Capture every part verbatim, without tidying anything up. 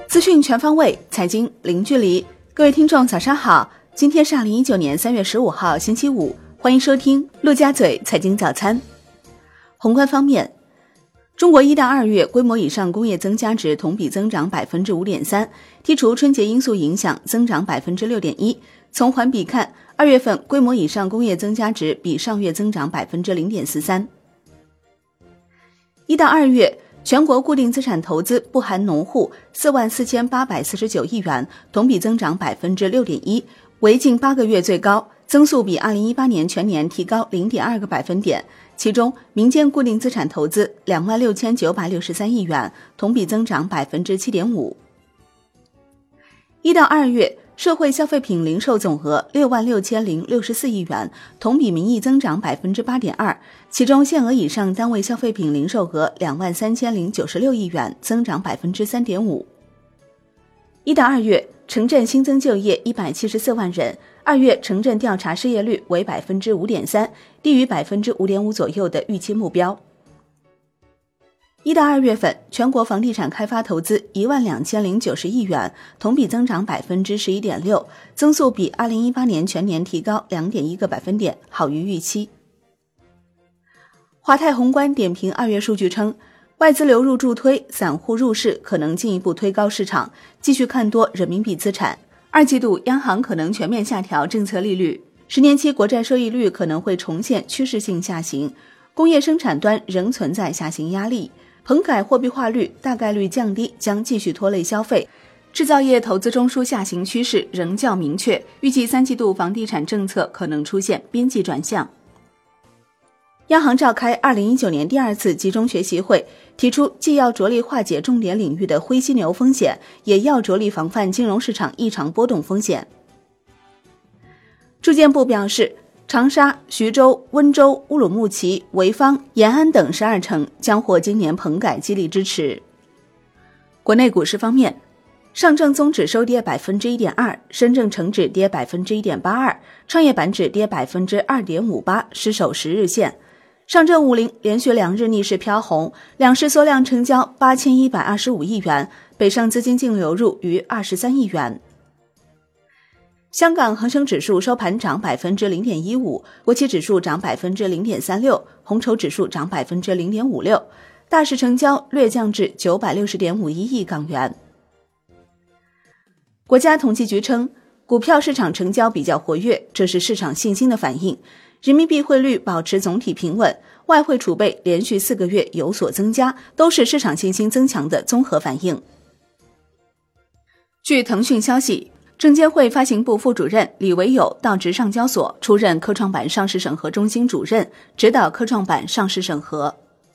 资讯全方位，财经零距离。各位听众早上好，今天是二零一九年三月十五号星期五，欢迎收听陆家嘴财经早餐。宏观方面，中国一到二月规模以上工业增加值同比增长 百分之五点三， 剔除春节因素影响增长 百分之六点一。 从环比看，二月份规模以上工业增加值比上月增长 百分之零点四三。 一到二月全国固定资产投资不含农户四万四千八百四十九亿元，同比增长 百分之六点一， 为近八个月最高，增速比二零一八年全年提高 零点二个百分点。其中民间固定资产投资两万六千九百六十三亿元，同比增长 百分之七点五。 一到二月社会消费品零售总额六万六千零六十四亿元，同比名义增长 百分之八点二， 其中限额以上单位消费品零售额两万三千零九十六亿元，增长 百分之三点五。 一到二月城镇新增就业一百七十四万人，二月城镇调查失业率为 百分之五点三， 低于 百分之五点五 左右的预期目标。一到二月份全国房地产开发投资一万两千零九十亿元，同比增长 百分之十一点六， 增速比二零一八年全年提高 两点一个百分点，好于预期。华泰宏观点评二月数据称，外资流入助推，散户入市可能进一步推高市场，继续看多人民币资产。二季度央行可能全面下调政策利率，十年期国债收益率可能会重现趋势性下行，工业生产端仍存在下行压力，棚改货币化率大概率降低，将继续拖累消费。制造业投资中枢下行趋势仍较明确，预计三季度房地产政策可能出现边际转向。央行召开二零一九年第二次集中学习会，提出既要着力化解重点领域的灰犀牛风险，也要着力防范金融市场异常波动风险。住建部表示，长沙、徐州、温州、乌鲁木齐、潍坊、延安等十二城将获今年棚改激励支持。国内股市方面，上证综指收跌 百分之一点二， 深证成指跌 百分之一点八二， 创业板指跌 百分之二点五八， 失守十日线。上证五零连续两日逆势飘红，两市缩量成交八千一百二十五亿元，北上资金净流入逾二十三亿元。香港恒生指数收盘涨 百分之零点一五， 国企指数涨 百分之零点三六， 红筹指数涨 百分之零点五六， 大市成交略降至 九百六十点五一亿港元。国家统计局称，股票市场成交比较活跃，这是市场信心的反应。人民币汇率保持总体平稳，外汇储备连续四个月有所增加，都是市场信心增强的综合反应。据腾讯消息，证监会发行部副主任李维友到职上交所出任科创板上市审核中心主任，指导科创板上市审核。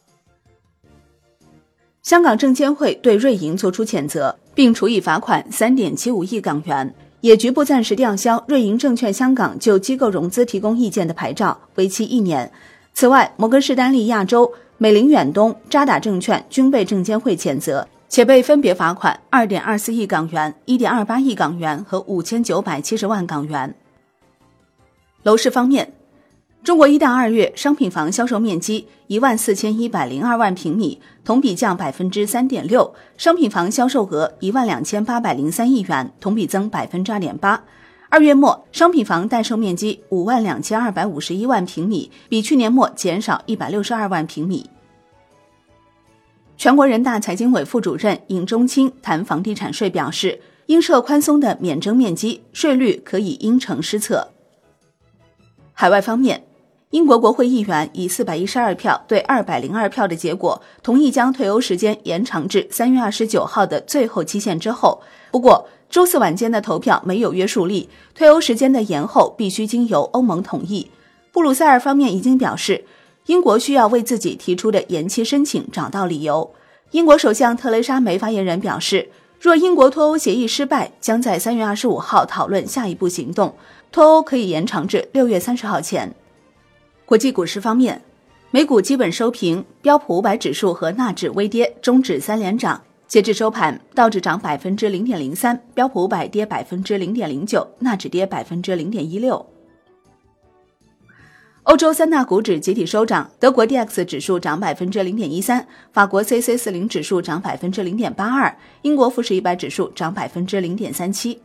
香港证监会对瑞银作出谴责，并处以罚款 三点七五亿港元，也局部暂时吊销瑞银证券香港就机构融资提供意见的牌照，为期一年。此外，摩根士丹利亚洲、美林远东、渣打证券均被证监会谴责，且被分别罚款 二点二四亿港元、一点二八亿港元和五千九百七十万港元。楼市方面，中国一到二月商品房销售面积一万四千一百零二万平米，同比降 百分之三点六， 商品房销售额一万两千八百零三亿元，同比增 百分之二点八。 二月末商品房待售面积五万两千二百五十一万平米，比去年末减少一百六十二万平米。全国人大财经委副主任尹中清谈房地产税表示，应设宽松的免征面积，税率可以因城施策。海外方面，英国国会议员以四百一十二票对二百零二票的结果，同意将退欧时间延长至三月二十九号的最后期限之后。不过，周四晚间的投票没有约束力，退欧时间的延后必须经由欧盟同意。布鲁塞尔方面已经表示，英国需要为自己提出的延期申请找到理由。英国首相特蕾莎梅发言人表示，若英国脱欧协议失败，将在三月二十五号讨论下一步行动，脱欧可以延长至六月三十号前。国际股市方面，美股基本收平，标普五百指数和纳指微跌，中指三连涨。截至收盘，道指涨 百分之零点零三， 标普五百跌 百分之零点零九， 纳指跌 百分之零点一六。 欧洲三大股指集体收涨，德国 D X 指数涨 百分之零点一三， 法国 C C 四十 指数涨 百分之零点八二， 英国富时一百指数涨 百分之零点三七。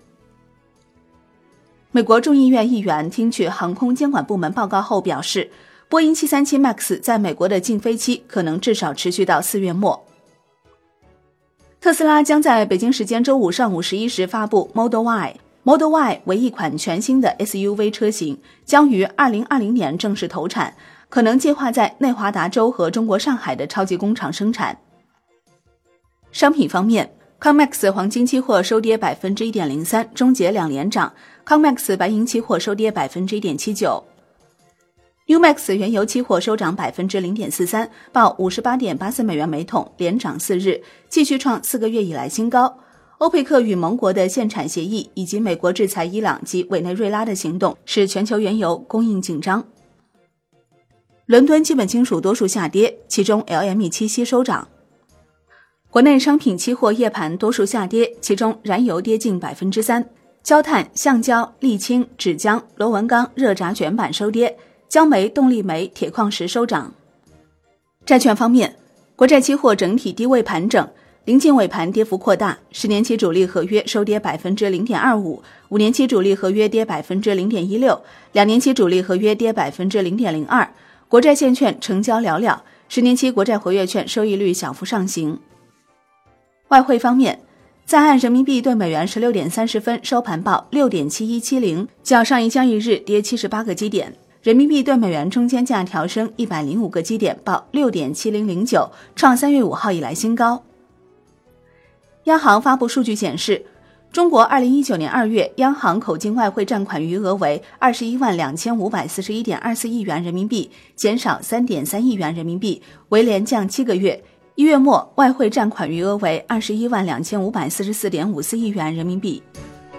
美国众议院议员听取航空监管部门报告后表示，波音七三七 MAX 在美国的禁飞期可能至少持续到四月末。特斯拉将在北京时间周五上午十一时发布 Model Y。Model Y 为一款全新的 S U V 车型，将于二零二零年正式投产，可能计划在内华达州和中国上海的超级工厂生产。商品方面， COMEX 黄金期货收跌 百分之一点零三， 终结两连涨， COMEX 白银期货收跌 百分之一点七九。U M A X 原油期货收涨 百分之零点四三， 报 五十八点八四美元每桶，连涨四日，继续创四个月以来新高。欧佩克与盟国的限产协议以及美国制裁伊朗及委内瑞拉的行动使全球原油供应紧张。伦敦基本金属多数下跌，其中 L M E 七锡收涨。国内商品期货夜盘多数下跌，其中燃油跌近 百分之三， 焦炭、橡胶、沥青、纸浆、螺纹钢、热轧卷板收跌，焦煤、动力煤、铁矿石收涨。债券方面，国债期货整体低位盘整，临近尾盘跌幅扩大，十年期主力合约收跌 百分之零点二五， 五年期主力合约跌 百分之零点一六， 两年期主力合约跌 百分之零点零二， 国债现券成交寥寥，十年期国债活跃券收益率小幅上行。外汇方面，在岸人民币对美元十六点三十分收盘报 六点七一七零， 较上一交易日跌七十八个基点，人民币对美元中间价调升一百零五个基点，报 六点七零零九， 创三月五号以来新高。央行发布数据显示，中国二零一九年二月央行口径外汇占款余额为二十一万两千五百四十一点二四亿元人民币，减少 三点三亿元人民币，为连降七个月。一月末外汇占款余额为二十一万两千五百四十四点五四亿元人民币。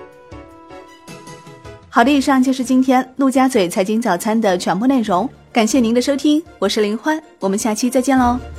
好的，以上就是今天陆家嘴财经早餐的全部内容，感谢您的收听，我是林欢，我们下期再见喽。